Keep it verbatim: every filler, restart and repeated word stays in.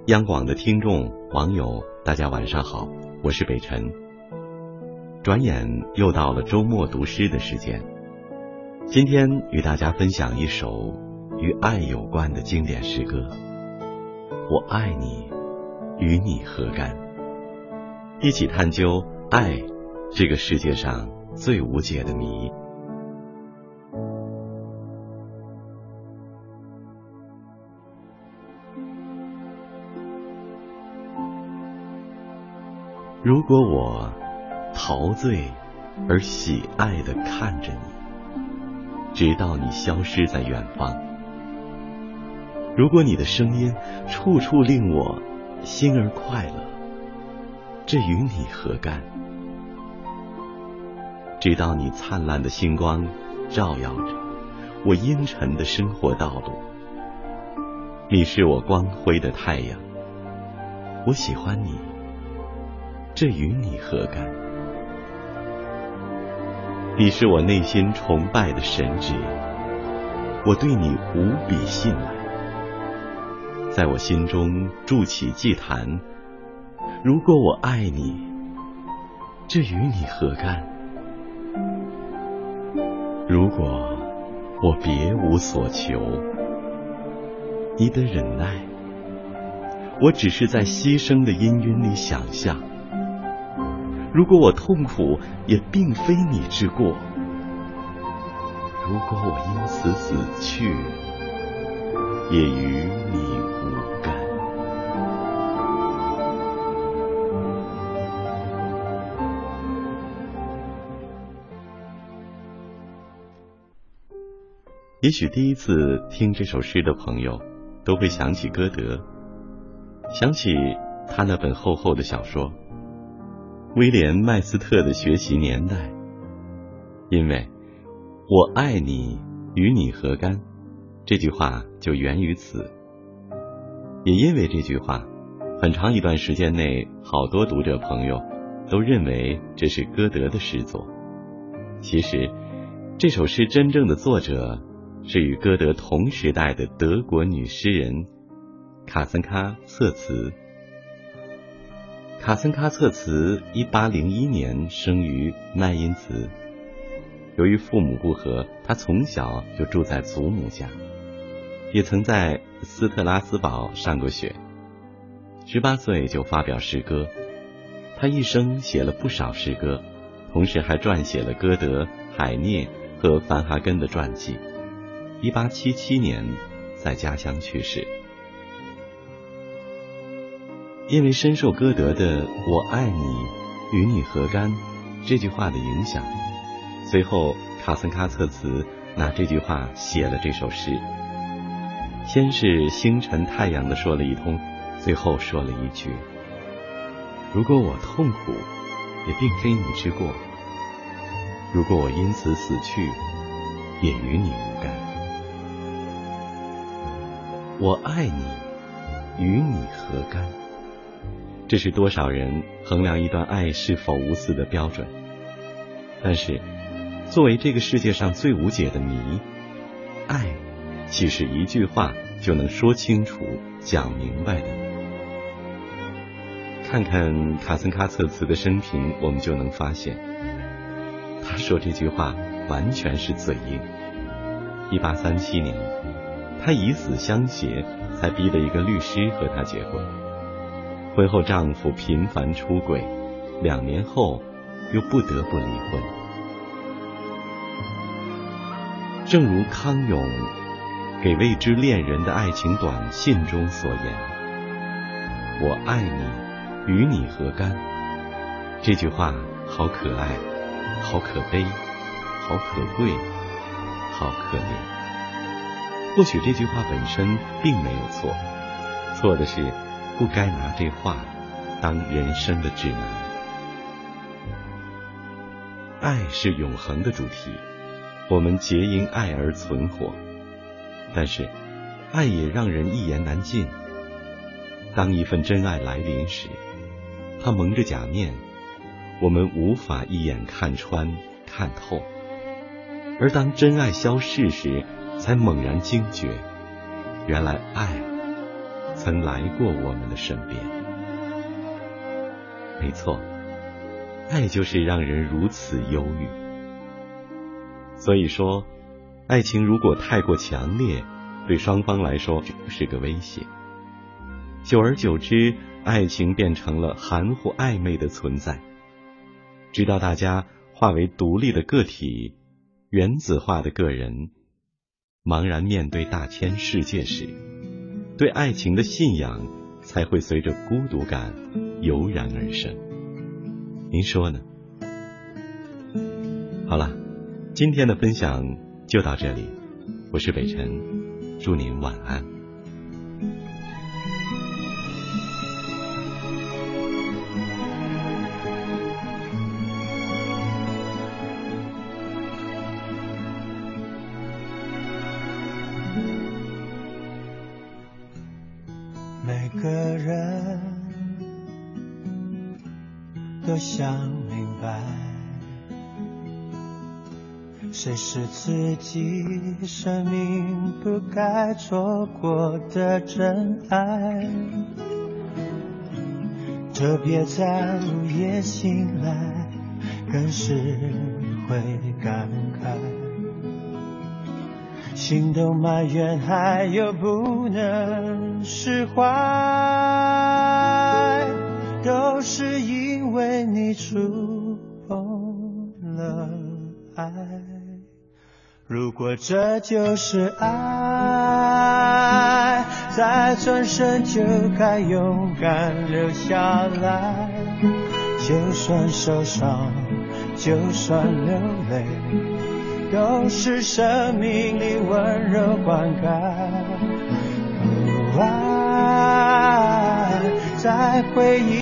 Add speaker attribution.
Speaker 1: 央广的听众网友，大家晚上好，我是北辰。转眼又到了周末读诗的时间，今天与大家分享一首与爱有关的经典诗歌。我爱你，与你何干？一起探究爱这个世界上最无解的谜。如果我陶醉而喜爱地看着你，直到你消失在远方，如果你的声音处处令我心儿快乐，这与你何干？直到你灿烂的星光照耀着我阴沉的生活道路，你是我光辉的太阳，我喜欢你，这与你何干？你是我内心崇拜的神旨，我对你无比信赖，在我心中筑起祭坛。如果我爱你，这与你何干？如果我别无所求，你的忍耐，我只是在牺牲的氤氲里想象。如果我痛苦，也并非你之过。如果我因此死去，也与你无干。也许第一次听这首诗的朋友，都会想起歌德，想起他那本厚厚的小说威廉·麦斯特的学习年代，因为我爱你，与你何干？这句话就源于此。也因为这句话，很长一段时间内，好多读者朋友都认为这是歌德的诗作。其实，这首诗真正的作者是与歌德同时代的德国女诗人卡森卡策茨。卡森卡策茨一八零一年生于奈因茨，由于父母不和，他从小就住在祖母家，也曾在斯特拉斯堡上过学。十八岁就发表诗歌，他一生写了不少诗歌，同时还撰写了歌德、海涅和凡哈根的传记。一八七七年在家乡去世。因为深受歌德的“我爱你，与你何干”这句话的影响，随后卡森卡策茨拿这句话写了这首诗。先是星辰太阳的说了一通，最后说了一句：如果我痛苦，也并非你之过；如果我因此死去，也与你无干。我爱你，与你何干？这是多少人衡量一段爱是否无私的标准。但是作为这个世界上最无解的谜，爱岂是一句话就能说清楚讲明白的？看看卡森卡策茨的生平，我们就能发现，他说这句话完全是嘴硬。一八三七年，他以死相挟，才逼得一个律师和他结婚。婚后丈夫频繁出轨，两年后又不得不离婚。正如康永给未知恋人的爱情短信中所言：我爱你，与你何干？这句话好可爱，好可悲，好可贵，好可怜。或许这句话本身并没有错，错的是不该拿这话当人生的指南。爱是永恒的主题，我们皆因爱而存活，但是爱也让人一言难尽。当一份真爱来临时，它蒙着假面，我们无法一眼看穿看透，而当真爱消逝时，才猛然惊觉，原来爱曾来过我们的身边。没错，爱就是让人如此忧郁。所以说，爱情如果太过强烈，对双方来说就是个威胁。久而久之，爱情变成了含糊暧昧的存在，直到大家化为独立的个体，原子化的个人，茫然面对大千世界时，对爱情的信仰才会随着孤独感油然而生。您说呢？好了，今天的分享就到这里，我是北辰，祝您晚安。
Speaker 2: 每个人都想明白，谁是自己生命不该错过的真爱。特别在午夜醒来，更是会感慨，心动埋怨还有不能释怀，都是因为你触碰了爱。如果这就是爱，再转身就该勇敢留下来，就算受伤，就算流泪，都是生命里温柔灌溉。哦，爱在回忆